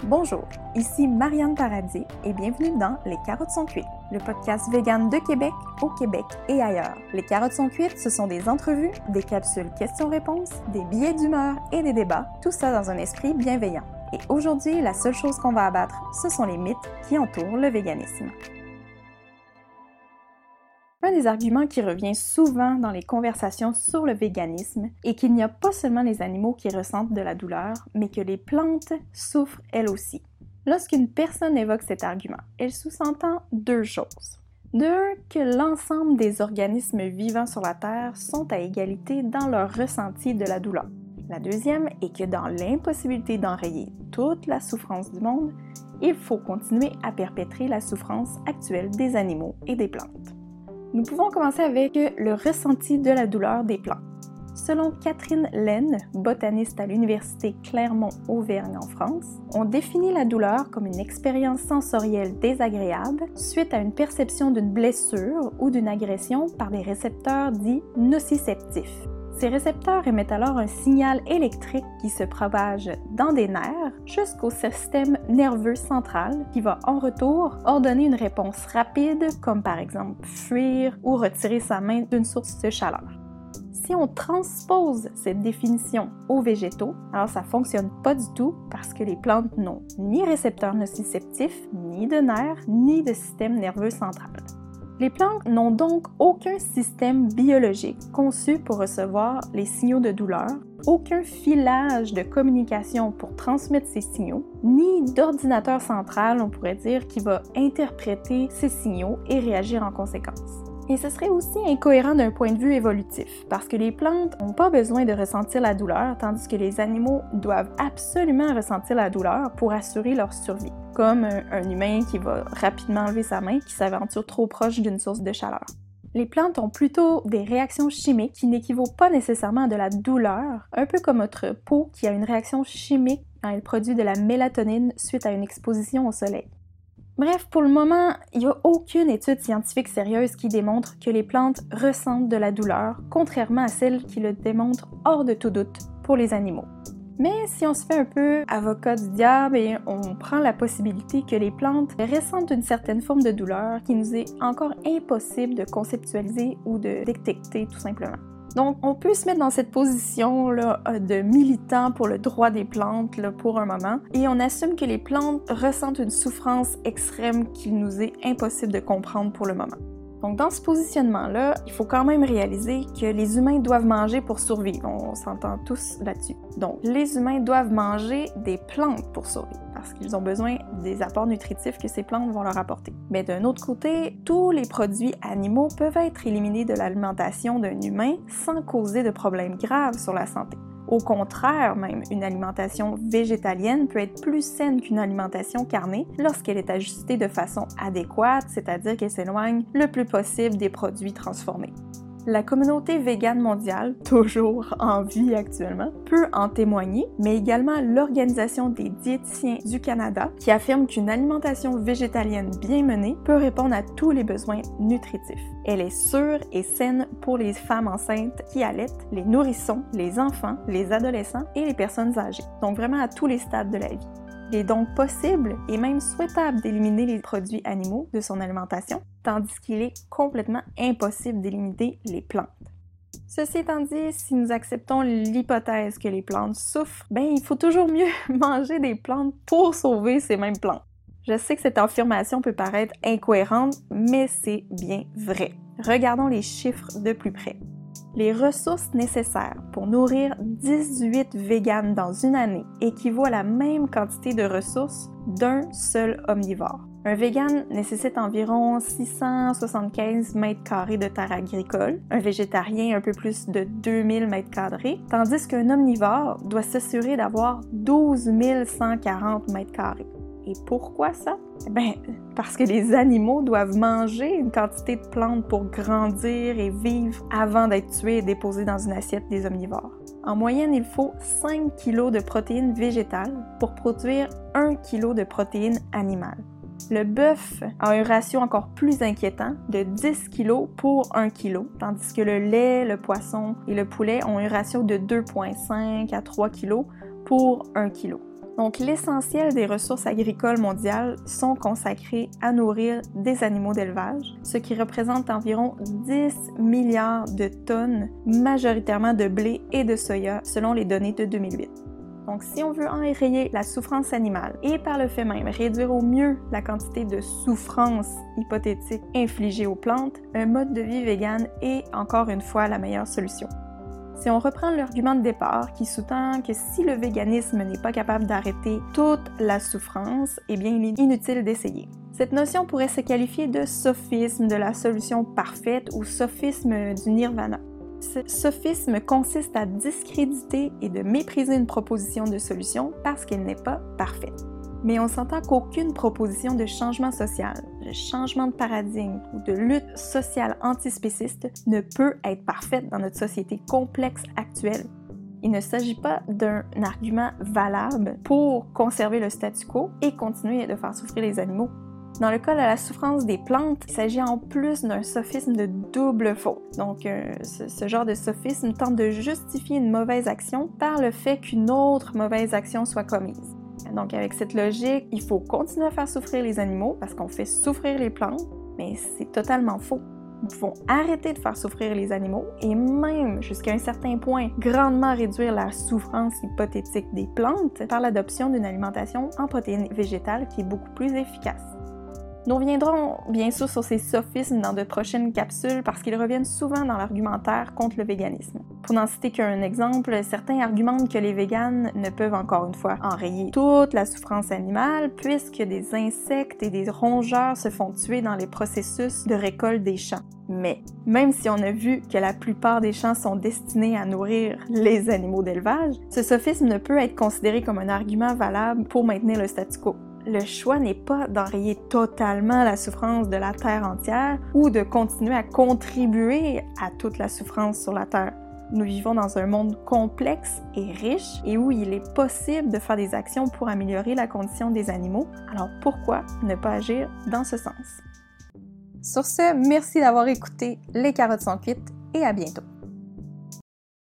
Bonjour, ici Marianne Paradis et bienvenue dans Les carottes sont cuites, le podcast vegan de Québec, au Québec et ailleurs. Les carottes sont cuites, ce sont des entrevues, des capsules questions-réponses, des billets d'humeur et des débats, tout ça dans un esprit bienveillant. Et aujourd'hui, la seule chose qu'on va abattre, ce sont les mythes qui entourent le véganisme. Un des arguments qui revient souvent dans les conversations sur le véganisme est qu'il n'y a pas seulement les animaux qui ressentent de la douleur, mais que les plantes souffrent elles aussi. Lorsqu'une personne évoque cet argument, elle sous-entend deux choses. De un, que l'ensemble des organismes vivants sur la Terre sont à égalité dans leur ressenti de la douleur. La deuxième est que dans l'impossibilité d'enrayer toute la souffrance du monde, il faut continuer à perpétrer la souffrance actuelle des animaux et des plantes. Nous pouvons commencer avec le ressenti de la douleur des plantes. Selon Catherine Laine, botaniste à l'Université Clermont-Auvergne en France, on définit la douleur comme une expérience sensorielle désagréable suite à une perception d'une blessure ou d'une agression par des récepteurs dits nociceptifs. Ces récepteurs émettent alors un signal électrique qui se propage dans des nerfs jusqu'au système nerveux central qui va en retour ordonner une réponse rapide comme par exemple fuir ou retirer sa main d'une source de chaleur. Si on transpose cette définition aux végétaux, alors ça fonctionne pas du tout parce que les plantes n'ont ni récepteurs nociceptifs, ni de nerfs, ni de système nerveux central. Les plantes n'ont donc aucun système biologique conçu pour recevoir les signaux de douleur, aucun filage de communication pour transmettre ces signaux, ni d'ordinateur central, on pourrait dire, qui va interpréter ces signaux et réagir en conséquence. Et ce serait aussi incohérent d'un point de vue évolutif, parce que les plantes n'ont pas besoin de ressentir la douleur, tandis que les animaux doivent absolument ressentir la douleur pour assurer leur survie, comme un humain qui va rapidement enlever sa main qui s'aventure trop proche d'une source de chaleur. Les plantes ont plutôt des réactions chimiques qui n'équivaut pas nécessairement à de la douleur, un peu comme notre peau qui a une réaction chimique quand elle produit de la mélatonine suite à une exposition au soleil. Bref, pour le moment, il n'y a aucune étude scientifique sérieuse qui démontre que les plantes ressentent de la douleur, contrairement à celles qui le démontrent hors de tout doute pour les animaux. Mais si on se fait un peu avocat du diable et on prend la possibilité que les plantes ressentent une certaine forme de douleur qui nous est encore impossible de conceptualiser ou de détecter tout simplement. Donc, on peut se mettre dans cette position-là de militant pour le droit des plantes pour un moment et on assume que les plantes ressentent une souffrance extrême qu'il nous est impossible de comprendre pour le moment. Donc, dans ce positionnement-là, il faut quand même réaliser que les humains doivent manger pour survivre. On s'entend tous là-dessus. Donc, les humains doivent manger des plantes pour survivre parce qu'ils ont besoin des apports nutritifs que ces plantes vont leur apporter. Mais d'un autre côté, tous les produits animaux peuvent être éliminés de l'alimentation d'un humain sans causer de problèmes graves sur la santé. Au contraire, même, une alimentation végétalienne peut être plus saine qu'une alimentation carnée lorsqu'elle est ajustée de façon adéquate, c'est-à-dire qu'elle s'éloigne le plus possible des produits transformés. La communauté végane mondiale, toujours en vie actuellement, peut en témoigner, mais également l'Organisation des diététiciens du Canada qui affirme qu'une alimentation végétalienne bien menée peut répondre à tous les besoins nutritifs. Elle est sûre et saine pour les femmes enceintes qui allaitent, les nourrissons, les enfants, les adolescents et les personnes âgées, donc vraiment à tous les stades de la vie. Il est donc possible et même souhaitable d'éliminer les produits animaux de son alimentation, tandis qu'il est complètement impossible d'éliminer les plantes. Ceci étant dit, si nous acceptons l'hypothèse que les plantes souffrent, il faut toujours mieux manger des plantes pour sauver ces mêmes plantes. Je sais que cette affirmation peut paraître incohérente, mais c'est bien vrai. Regardons les chiffres de plus près. Les ressources nécessaires pour nourrir 18 véganes dans une année équivaut à la même quantité de ressources d'un seul omnivore. Un végane nécessite environ 675 mètres carrés de terre agricole, un végétarien un peu plus de 2000 mètres carrés, tandis qu'un omnivore doit s'assurer d'avoir 12 140 mètres carrés. Et pourquoi ça? Parce que les animaux doivent manger une quantité de plantes pour grandir et vivre avant d'être tués et déposés dans une assiette des omnivores. En moyenne, il faut 5 kg de protéines végétales pour produire 1 kg de protéines animales. Le bœuf a un ratio encore plus inquiétant de 10 kg pour 1 kg, tandis que le lait, le poisson et le poulet ont un ratio de 2,5 à 3 kg pour 1 kg. Donc, l'essentiel des ressources agricoles mondiales sont consacrées à nourrir des animaux d'élevage, ce qui représente environ 10 milliards de tonnes, majoritairement de blé et de soya, selon les données de 2008. Donc, si on veut enrayer la souffrance animale et par le fait même réduire au mieux la quantité de souffrance hypothétique infligée aux plantes, un mode de vie vegan est encore une fois la meilleure solution. Si on reprend l'argument de départ qui sous-tend que si le véganisme n'est pas capable d'arrêter toute la souffrance, eh bien il est inutile d'essayer. Cette notion pourrait se qualifier de sophisme de la solution parfaite ou sophisme du nirvana. Ce sophisme consiste à discréditer et de mépriser une proposition de solution parce qu'elle n'est pas parfaite. Mais on s'entend qu'aucune proposition de changement social, de changement de paradigme ou de lutte sociale antispéciste ne peut être parfaite dans notre société complexe actuelle. Il ne s'agit pas d'un argument valable pour conserver le statu quo et continuer de faire souffrir les animaux. Dans le cas de la souffrance des plantes, il s'agit en plus d'un sophisme de double faute. Donc, ce genre de sophisme tente de justifier une mauvaise action par le fait qu'une autre mauvaise action soit commise. Donc, avec cette logique, il faut continuer à faire souffrir les animaux parce qu'on fait souffrir les plantes, mais c'est totalement faux. Nous pouvons arrêter de faire souffrir les animaux et même, jusqu'à un certain point, grandement réduire la souffrance hypothétique des plantes par l'adoption d'une alimentation en protéines végétales qui est beaucoup plus efficace. Nous reviendrons bien sûr sur ces sophismes dans de prochaines capsules parce qu'ils reviennent souvent dans l'argumentaire contre le véganisme. Pour n'en citer qu'un exemple, certains argumentent que les véganes ne peuvent encore une fois enrayer toute la souffrance animale puisque des insectes et des rongeurs se font tuer dans les processus de récolte des champs. Mais même si on a vu que la plupart des champs sont destinés à nourrir les animaux d'élevage, ce sophisme ne peut être considéré comme un argument valable pour maintenir le statu quo. Le choix n'est pas d'enrayer totalement la souffrance de la Terre entière ou de continuer à contribuer à toute la souffrance sur la Terre. Nous vivons dans un monde complexe et riche et où il est possible de faire des actions pour améliorer la condition des animaux, alors pourquoi ne pas agir dans ce sens? Sur ce, merci d'avoir écouté Les carottes sont cuites et à bientôt!